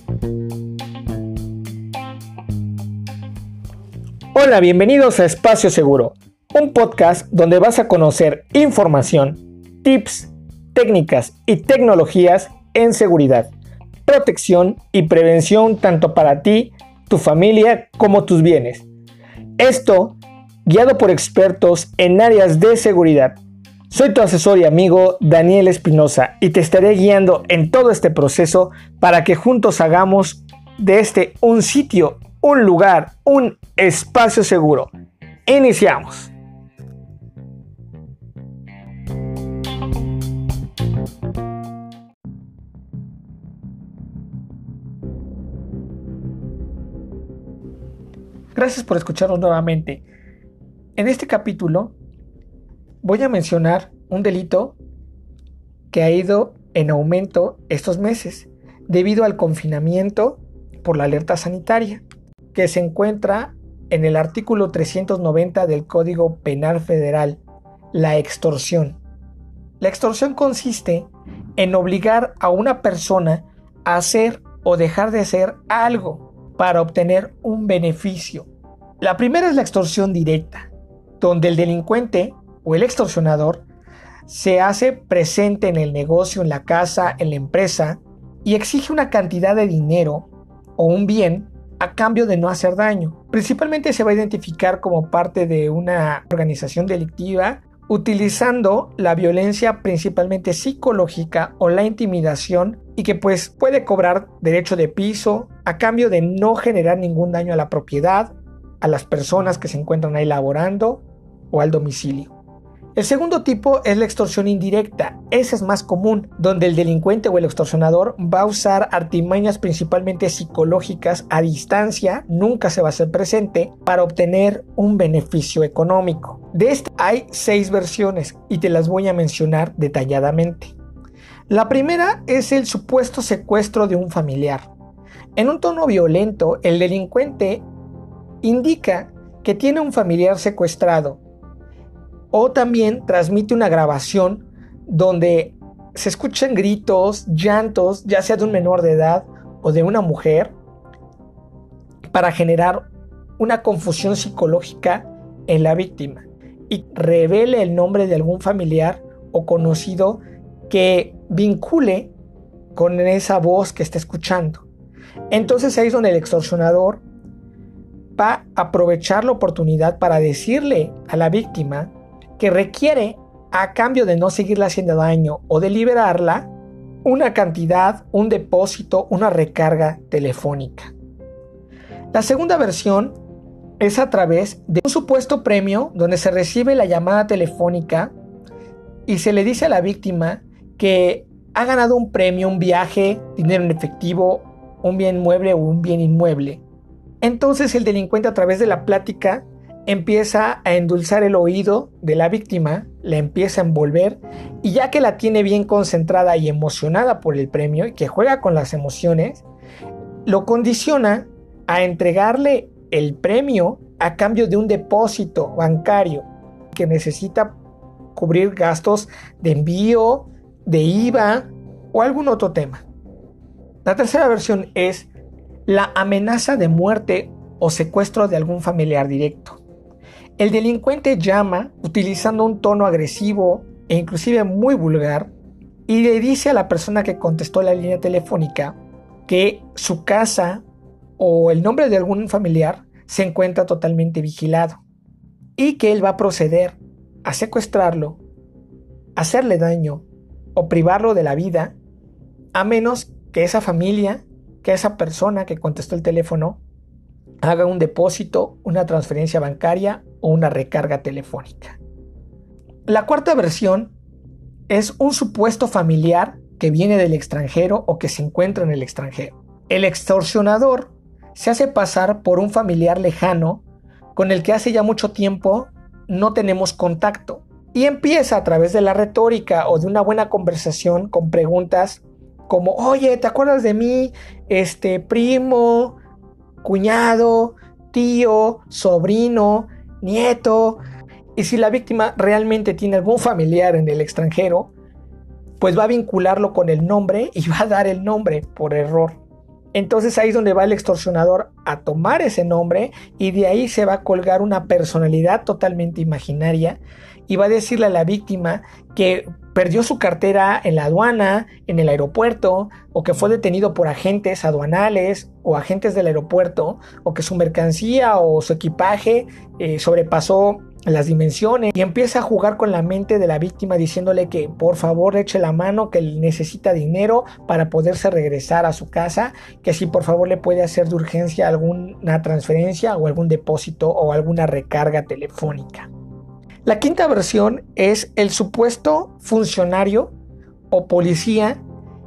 Hola, bienvenidos a Espacio Seguro, un podcast donde vas a conocer información, tips, técnicas y tecnologías en seguridad, protección y prevención tanto para ti, tu familia como tus bienes. Esto guiado por expertos en áreas de seguridad. Soy tu asesor y amigo Daniel Espinosa y te estaré guiando en todo este proceso para que juntos hagamos de este un sitio, un lugar, un espacio seguro. Iniciamos. Gracias por escucharnos nuevamente. En este capítulo voy a mencionar un delito que ha ido en aumento estos meses debido al confinamiento por la alerta sanitaria, que se encuentra en el artículo 390 del Código Penal Federal, la extorsión. La extorsión consiste en obligar a una persona a hacer o dejar de hacer algo para obtener un beneficio. La primera es la extorsión directa, donde el delincuente o el extorsionador se hace presente en el negocio, en la casa, en la empresa y exige una cantidad de dinero o un bien a cambio de no hacer daño. Principalmente se va a identificar como parte de una organización delictiva utilizando la violencia principalmente psicológica o la intimidación y que pues puede cobrar derecho de piso a cambio de no generar ningún daño a la propiedad, a las personas que se encuentran ahí laborando o al domicilio. El segundo tipo es la extorsión indirecta. Esa es más común, donde el delincuente o el extorsionador va a usar artimañas principalmente psicológicas a distancia, nunca se va a hacer presente, para obtener un beneficio económico. De esta hay 6 versiones y te las voy a mencionar detalladamente. La primera es el supuesto secuestro de un familiar. En un tono violento, el delincuente indica que tiene un familiar secuestrado, o también transmite una grabación donde se escuchan gritos, llantos, ya sea de un menor de edad o de una mujer, para generar una confusión psicológica en la víctima y revele el nombre de algún familiar o conocido que vincule con esa voz que está escuchando. Entonces ahí es donde el extorsionador va a aprovechar la oportunidad para decirle a la víctima que requiere, a cambio de no seguirle haciendo daño o de liberarla, una cantidad, un depósito, una recarga telefónica. La segunda versión es a través de un supuesto premio donde se recibe la llamada telefónica y se le dice a la víctima que ha ganado un premio, un viaje, dinero en efectivo, un bien mueble o un bien inmueble. Entonces el delincuente, a través de la plática, empieza a endulzar el oído de la víctima, la empieza a envolver y ya que la tiene bien concentrada y emocionada por el premio y que juega con las emociones, lo condiciona a entregarle el premio a cambio de un depósito bancario que necesita cubrir gastos de envío, de IVA o algún otro tema. La tercera versión es la amenaza de muerte o secuestro de algún familiar directo. El delincuente llama utilizando un tono agresivo e inclusive muy vulgar y le dice a la persona que contestó la línea telefónica que su casa o el nombre de algún familiar se encuentra totalmente vigilado y que él va a proceder a secuestrarlo, hacerle daño o privarlo de la vida a menos que esa familia, que esa persona que contestó el teléfono haga un depósito, una transferencia bancaria o una recarga telefónica. La cuarta versión es un supuesto familiar que viene del extranjero o que se encuentra en el extranjero. El extorsionador se hace pasar por un familiar lejano con el que hace ya mucho tiempo no tenemos contacto y empieza a través de la retórica o de una buena conversación con preguntas como: oye, ¿te acuerdas de mí? Primo, cuñado, tío, sobrino, nieto. Y si la víctima realmente tiene algún familiar en el extranjero, pues va a vincularlo con el nombre y va a dar el nombre por error. Entonces ahí es donde va el extorsionador a tomar ese nombre y de ahí se va a colgar una personalidad totalmente imaginaria y va a decirle a la víctima que perdió su cartera en la aduana, en el aeropuerto, o que fue detenido por agentes aduanales o agentes del aeropuerto, o que su mercancía o su equipaje sobrepasó las dimensiones, y empieza a jugar con la mente de la víctima diciéndole que por favor eche la mano, que necesita dinero para poderse regresar a su casa, que si por favor le puede hacer de urgencia alguna transferencia o algún depósito o alguna recarga telefónica. La quinta versión es el supuesto funcionario o policía.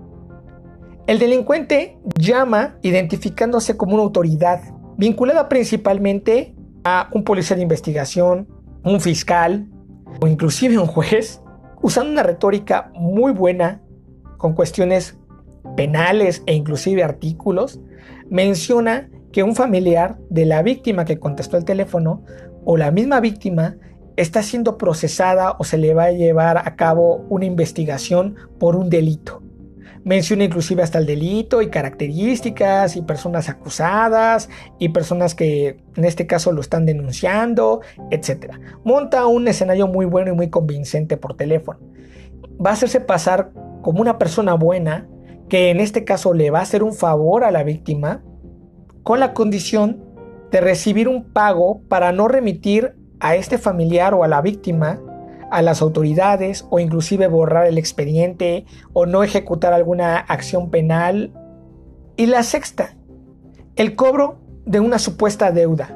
El delincuente llama identificándose como una autoridad, vinculada principalmente a un policía de investigación, un fiscal o inclusive un juez, usando una retórica muy buena con cuestiones penales e inclusive artículos. Menciona que un familiar de la víctima que contestó el teléfono o la misma víctima está siendo procesada o se le va a llevar a cabo una investigación por un delito. Menciona inclusive hasta el delito y características y personas acusadas y personas que en este caso lo están denunciando, etc. Monta un escenario muy bueno y muy convincente por teléfono. Va a hacerse pasar como una persona buena que en este caso le va a hacer un favor a la víctima con la condición de recibir un pago para no remitir a este familiar o a la víctima a las autoridades o inclusive borrar el expediente o no ejecutar alguna acción penal. Y la sexta, el cobro de una supuesta deuda.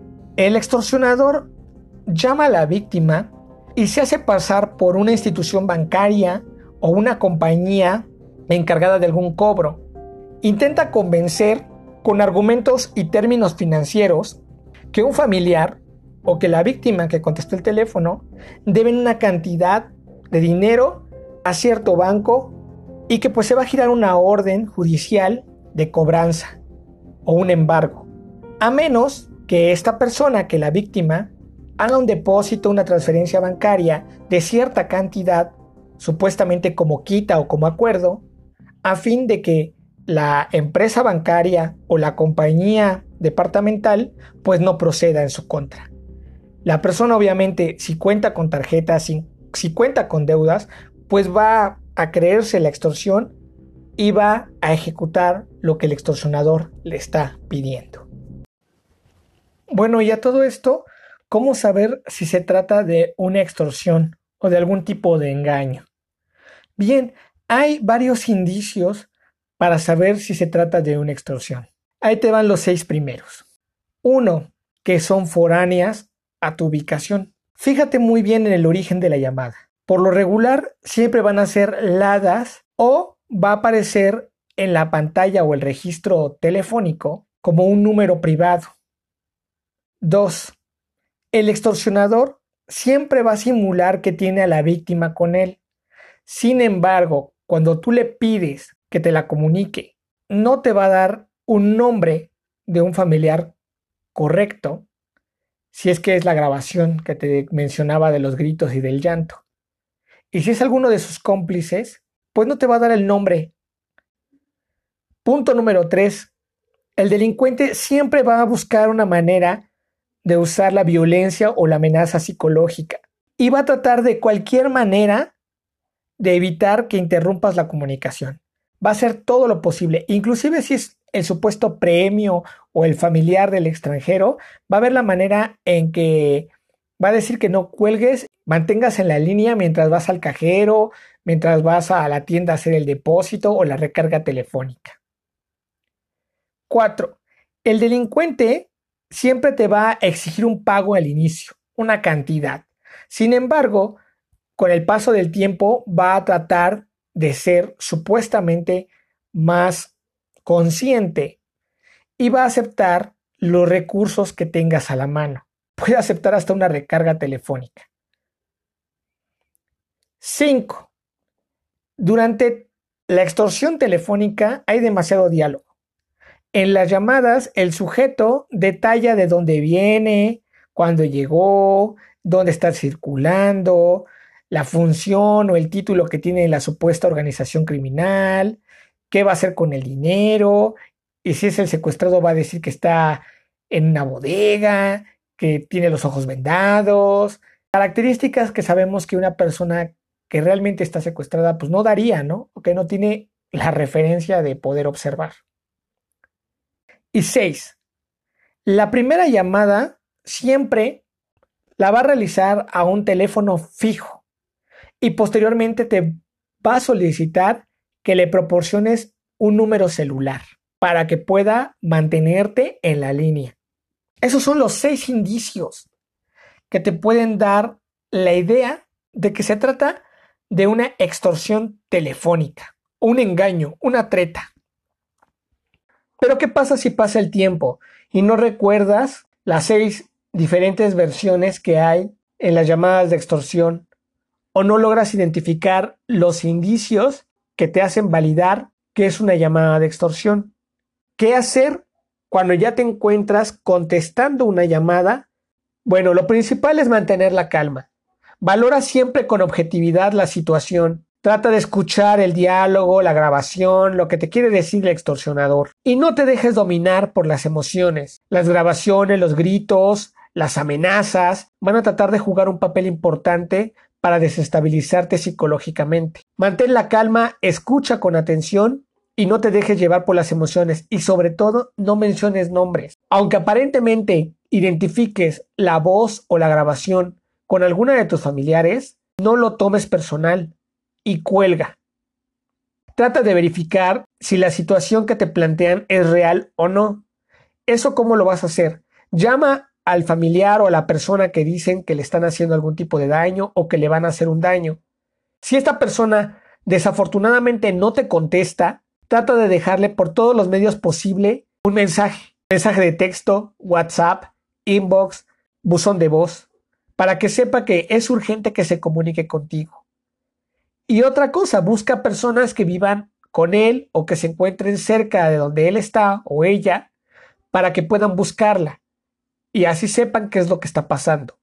El extorsionador llama a la víctima y se hace pasar por una institución bancaria o una compañía encargada de algún cobro. Intenta convencer con argumentos y términos financieros que un familiar o que la víctima que contestó el teléfono deben una cantidad de dinero a cierto banco y que pues se va a girar una orden judicial de cobranza o un embargo, a menos que esta persona, que la víctima, haga un depósito, una transferencia bancaria de cierta cantidad, supuestamente como quita o como acuerdo, a fin de que la empresa bancaria o la compañía departamental pues no proceda en su contra. La persona obviamente, si cuenta con tarjetas, si cuenta con deudas, pues va a creerse la extorsión y va a ejecutar lo que el extorsionador le está pidiendo. Bueno, y a todo esto, ¿cómo saber si se trata de una extorsión o de algún tipo de engaño? Bien, hay varios indicios para saber si se trata de una extorsión. Ahí te van los 6 primeros. 1. Que son foráneas a tu ubicación. Fíjate muy bien en el origen de la llamada. Por lo regular, siempre van a ser LADAs o va a aparecer en la pantalla o el registro telefónico como un número privado. 2. El extorsionador siempre va a simular que tiene a la víctima con él. Sin embargo, cuando tú le pides que te la comunique, no te va a dar un nombre de un familiar correcto, si es que es la grabación que te mencionaba de los gritos y del llanto. Y si es alguno de sus cómplices, pues no te va a dar el nombre. Punto número 3. El delincuente siempre va a buscar una manera de usar la violencia o la amenaza psicológica y va a tratar de cualquier manera de evitar que interrumpas la comunicación. Va a hacer todo lo posible, inclusive si es el supuesto premio o el familiar del extranjero, va a ver la manera en que va a decir que no cuelgues, mantengas en la línea mientras vas al cajero, mientras vas a la tienda a hacer el depósito o la recarga telefónica. 4. El delincuente siempre te va a exigir un pago al inicio, una cantidad. Sin embargo, con el paso del tiempo va a tratar de ser supuestamente más consciente y va a aceptar los recursos que tengas a la mano. Puede aceptar hasta una recarga telefónica. 5. Durante la extorsión telefónica hay demasiado diálogo. En las llamadas, el sujeto detalla de dónde viene, cuándo llegó, dónde está circulando, la función o el título que tiene la supuesta organización criminal, qué va a hacer con el dinero Y si es el secuestrado, va a decir que está en una bodega, que tiene los ojos vendados. Características que sabemos que una persona que realmente está secuestrada, pues no daría, ¿no? O que no tiene la referencia de poder observar. Y 6. La primera llamada siempre la va a realizar a un teléfono fijo y posteriormente te va a solicitar que le proporciones un número celular para que pueda mantenerte en la línea. Esos son los 6 indicios que te pueden dar la idea de que se trata de una extorsión telefónica, un engaño, una treta. Pero ¿qué pasa si pasa el tiempo y no recuerdas las 6 diferentes versiones que hay en las llamadas de extorsión o no logras identificar los indicios que te hacen validar que es una llamada de extorsión? ¿Qué hacer cuando ya te encuentras contestando una llamada? Bueno, lo principal es mantener la calma. Valora siempre con objetividad la situación. Trata de escuchar el diálogo, la grabación, lo que te quiere decir el extorsionador. Y no te dejes dominar por las emociones. Las grabaciones, los gritos, las amenazas van a tratar de jugar un papel importante para desestabilizarte psicológicamente. Mantén la calma, escucha con atención y no te dejes llevar por las emociones. Y sobre todo, no menciones nombres. Aunque aparentemente identifiques la voz o la grabación con alguna de tus familiares, no lo tomes personal y cuelga. Trata de verificar si la situación que te plantean es real o no. ¿Eso cómo lo vas a hacer? Llama al familiar o a la persona que dicen que le están haciendo algún tipo de daño o que le van a hacer un daño. Si esta persona desafortunadamente no te contesta, trata de dejarle por todos los medios posibles un mensaje de texto, WhatsApp, inbox, buzón de voz, para que sepa que es urgente que se comunique contigo. Y otra cosa, busca personas que vivan con él o que se encuentren cerca de donde él está o ella para que puedan buscarla y así sepan qué es lo que está pasando.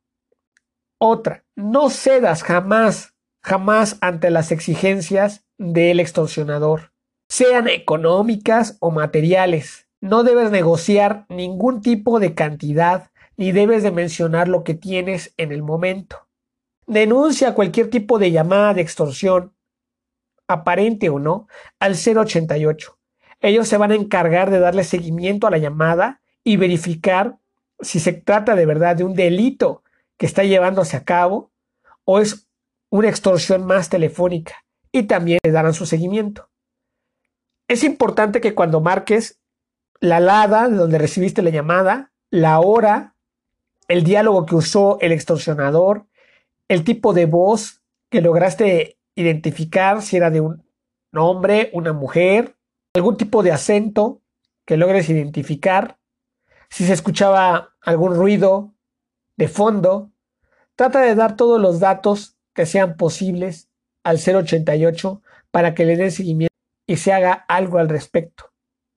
Otra, no cedas jamás ante las exigencias del extorsionador, sean económicas o materiales. No debes negociar ningún tipo de cantidad ni debes de mencionar lo que tienes en el momento. Denuncia cualquier tipo de llamada de extorsión, aparente o no, al 088. Ellos se van a encargar de darle seguimiento a la llamada y verificar si se trata de verdad de un delito que está llevándose a cabo o es una extorsión más telefónica y también le darán su seguimiento. Es importante que cuando marques la alada de donde recibiste la llamada, la hora, el diálogo que usó el extorsionador, el tipo de voz que lograste identificar, si era de un hombre, una mujer, algún tipo de acento que logres identificar, si se escuchaba algún ruido de fondo. Trata de dar todos los datos que sean posibles al 088 para que le den seguimiento y se haga algo al respecto.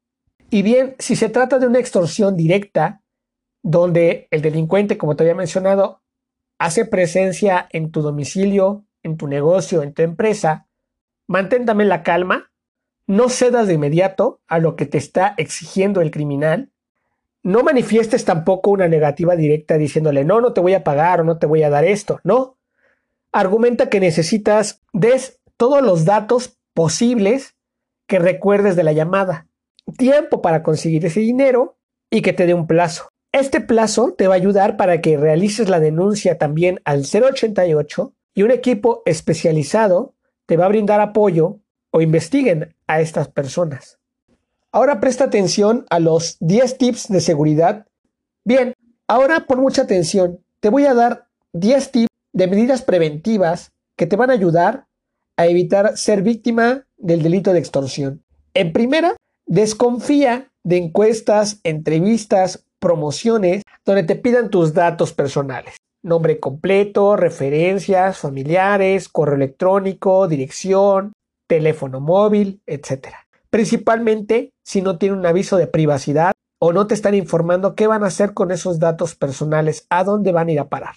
Y bien, si se trata de una extorsión directa, donde el delincuente, como te había mencionado, hace presencia en tu domicilio, en tu negocio, en tu empresa, mantén también la calma, no cedas de inmediato a lo que te está exigiendo el criminal, no manifiestes tampoco una negativa directa diciéndole no te voy a pagar o no te voy a dar esto, no. Argumenta que necesitas des todos los datos posibles que recuerdes de la llamada, tiempo para conseguir ese dinero y que te dé un plazo. Este plazo te va a ayudar para que realices la denuncia también al 088 y un equipo especializado te va a brindar apoyo o investiguen a estas personas. Ahora presta atención a los 10 tips de seguridad. Bien, ahora pon mucha atención. Te voy a dar 10 tips de medidas preventivas que te van a ayudar a evitar ser víctima del delito de extorsión. En primera, desconfía de encuestas, entrevistas, promociones donde te pidan tus datos personales. Nombre completo, referencias, familiares, correo electrónico, dirección, teléfono móvil, etc. Principalmente si no tiene un aviso de privacidad o no te están informando qué van a hacer con esos datos personales, a dónde van a ir a parar.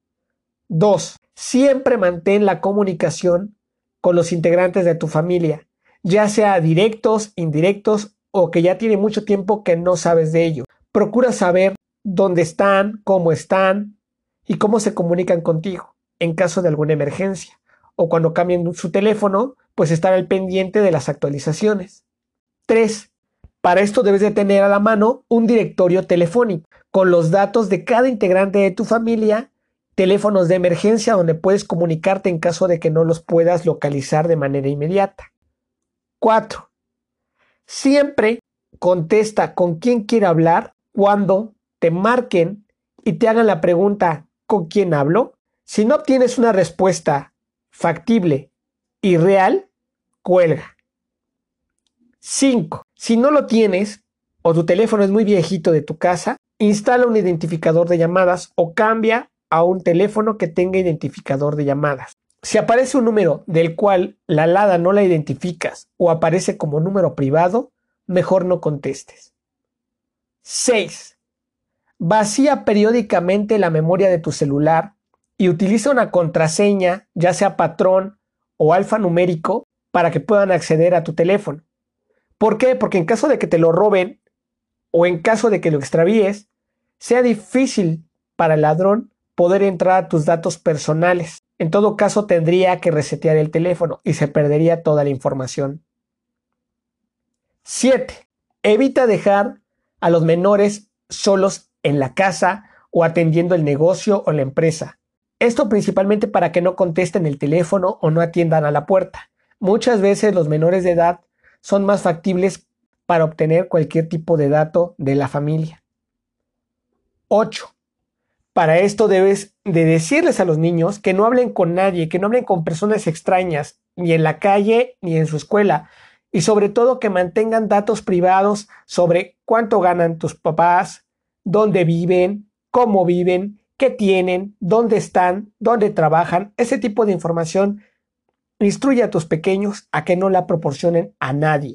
2. Siempre mantén la comunicación con los integrantes de tu familia, ya sea directos, indirectos o que ya tiene mucho tiempo que no sabes de ellos. Procura saber dónde están, cómo están y cómo se comunican contigo en caso de alguna emergencia. O cuando cambien su teléfono, pues estar al pendiente de las actualizaciones. 3. Para esto debes de tener a la mano un directorio telefónico con los datos de cada integrante de tu familia, teléfonos de emergencia donde puedes comunicarte en caso de que no los puedas localizar de manera inmediata. 4. Siempre contesta con quién quiere hablar cuando te marquen y te hagan la pregunta ¿con quién hablo? Si no obtienes una respuesta factible y real, cuelga. 5. Si no lo tienes o tu teléfono es muy viejito de tu casa, instala un identificador de llamadas o cambia a un teléfono que tenga identificador de llamadas. Si aparece un número del cual la alada no la identificas o aparece como número privado, mejor no contestes. 6. Vacía periódicamente la memoria de tu celular y utiliza una contraseña, ya sea patrón o alfanumérico, para que puedan acceder a tu teléfono. ¿Por qué? Porque en caso de que te lo roben o en caso de que lo extravíes, sea difícil para el ladrón poder entrar a tus datos personales. En todo caso, tendría que resetear el teléfono y se perdería toda la información. 7. Evita dejar a los menores solos en la casa o atendiendo el negocio o la empresa. Esto principalmente para que no contesten el teléfono o no atiendan a la puerta. Muchas veces los menores de edad son más factibles para obtener cualquier tipo de dato de la familia. 8. Para esto debes de decirles a los niños que no hablen con nadie, que no hablen con personas extrañas, ni en la calle ni en su escuela, y sobre todo que mantengan datos privados sobre cuánto ganan tus papás, dónde viven, cómo viven, qué tienen, dónde están, dónde trabajan. Ese tipo de información instruye a tus pequeños a que no la proporcionen a nadie.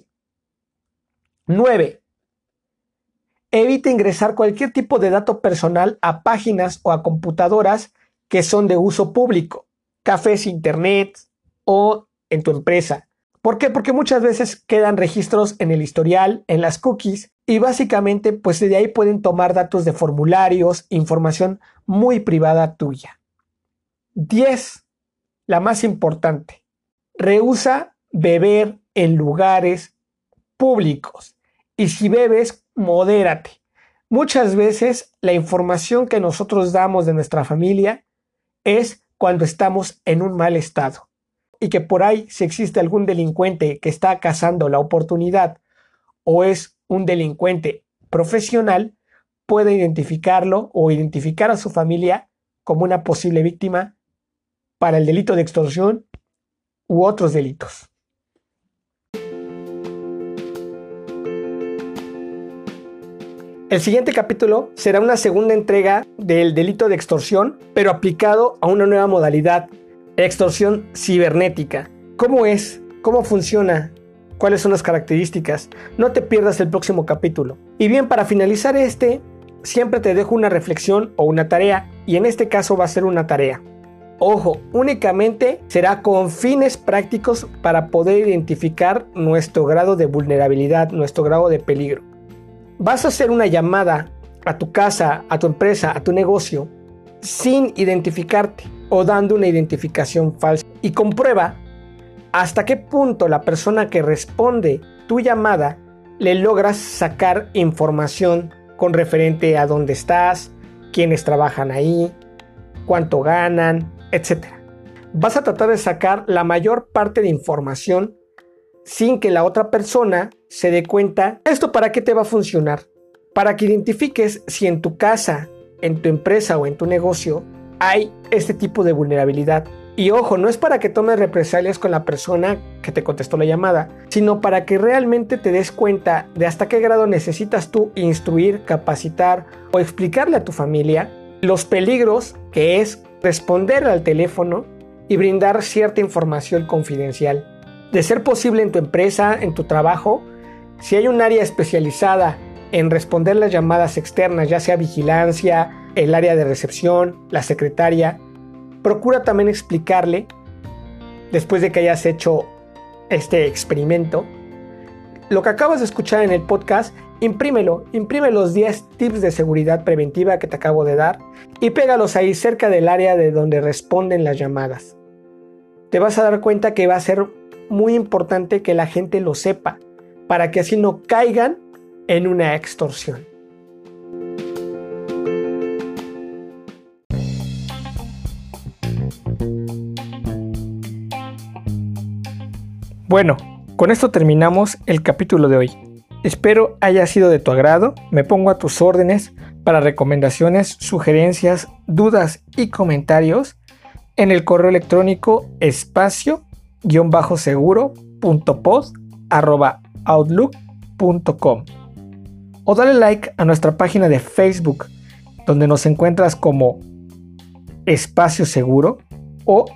9. Evita ingresar cualquier tipo de dato personal a páginas o a computadoras que son de uso público, cafés, internet o en tu empresa. ¿Por qué? Porque muchas veces quedan registros en el historial, en las cookies, y básicamente pues de ahí pueden tomar datos de formularios, información muy privada tuya. 10. La más importante. Rehúsa beber en lugares públicos. Y si bebes, modérate. Muchas veces la información que nosotros damos de nuestra familia es cuando estamos en un mal estado. Y que por ahí, si existe algún delincuente que está cazando la oportunidad o es un delincuente profesional, puede identificarlo o identificar a su familia como una posible víctima para el delito de extorsión u otros delitos. El siguiente capítulo será una segunda entrega del delito de extorsión, pero aplicado a una nueva modalidad, extorsión cibernética. ¿Cómo es? ¿Cómo funciona? ¿Cuáles son las características? No te pierdas el próximo capítulo. Y bien, para finalizar siempre te dejo una reflexión o una tarea, y en este caso va a ser una tarea. Ojo, únicamente será con fines prácticos para poder identificar nuestro grado de vulnerabilidad, nuestro grado de peligro. Vas a hacer una llamada a tu casa, a tu empresa, a tu negocio, sin identificarte o dando una identificación falsa. Y comprueba hasta qué punto la persona que responde tu llamada le logras sacar información con referente a dónde estás, quiénes trabajan ahí, cuánto ganan, etc. Vas a tratar de sacar la mayor parte de información sin que la otra persona se dé cuenta. ¿Esto para qué te va a funcionar? Para que identifiques si en tu casa, en tu empresa o en tu negocio hay este tipo de vulnerabilidad. Y ojo, no es para que tomes represalias con la persona que te contestó la llamada, sino para que realmente te des cuenta de hasta qué grado necesitas tú instruir, capacitar o explicarle a tu familia los peligros que es responder al teléfono y brindar cierta información confidencial. De ser posible en tu empresa, en tu trabajo, si hay un área especializada en responder las llamadas externas, ya sea vigilancia, el área de recepción, la secretaria, procura también explicarle, después de que hayas hecho este experimento, lo que acabas de escuchar en el podcast, imprime los 10 tips de seguridad preventiva que te acabo de dar y pégalos ahí cerca del área de donde responden las llamadas. Te vas a dar cuenta que va a ser muy importante que la gente lo sepa, para que así no caigan en una extorsión. Bueno, con esto terminamos el capítulo de hoy. Espero haya sido de tu agrado. Me pongo a tus órdenes para recomendaciones, sugerencias, dudas y comentarios en el correo electrónico espacio-seguro.pod@outlook.com o dale like a nuestra página de Facebook, donde nos encuentras como Espacio Seguro o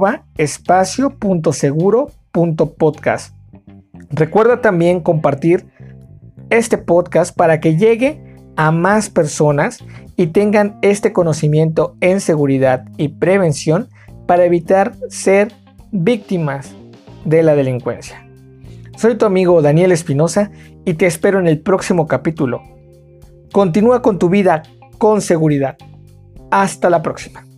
@espacio.seguro.podcast. Recuerda también compartir este podcast para que llegue a más personas y tengan este conocimiento en seguridad y prevención para evitar ser víctimas de la delincuencia. Soy tu amigo Daniel Espinosa y te espero en el próximo capítulo. Continúa con tu vida con seguridad. Hasta la próxima.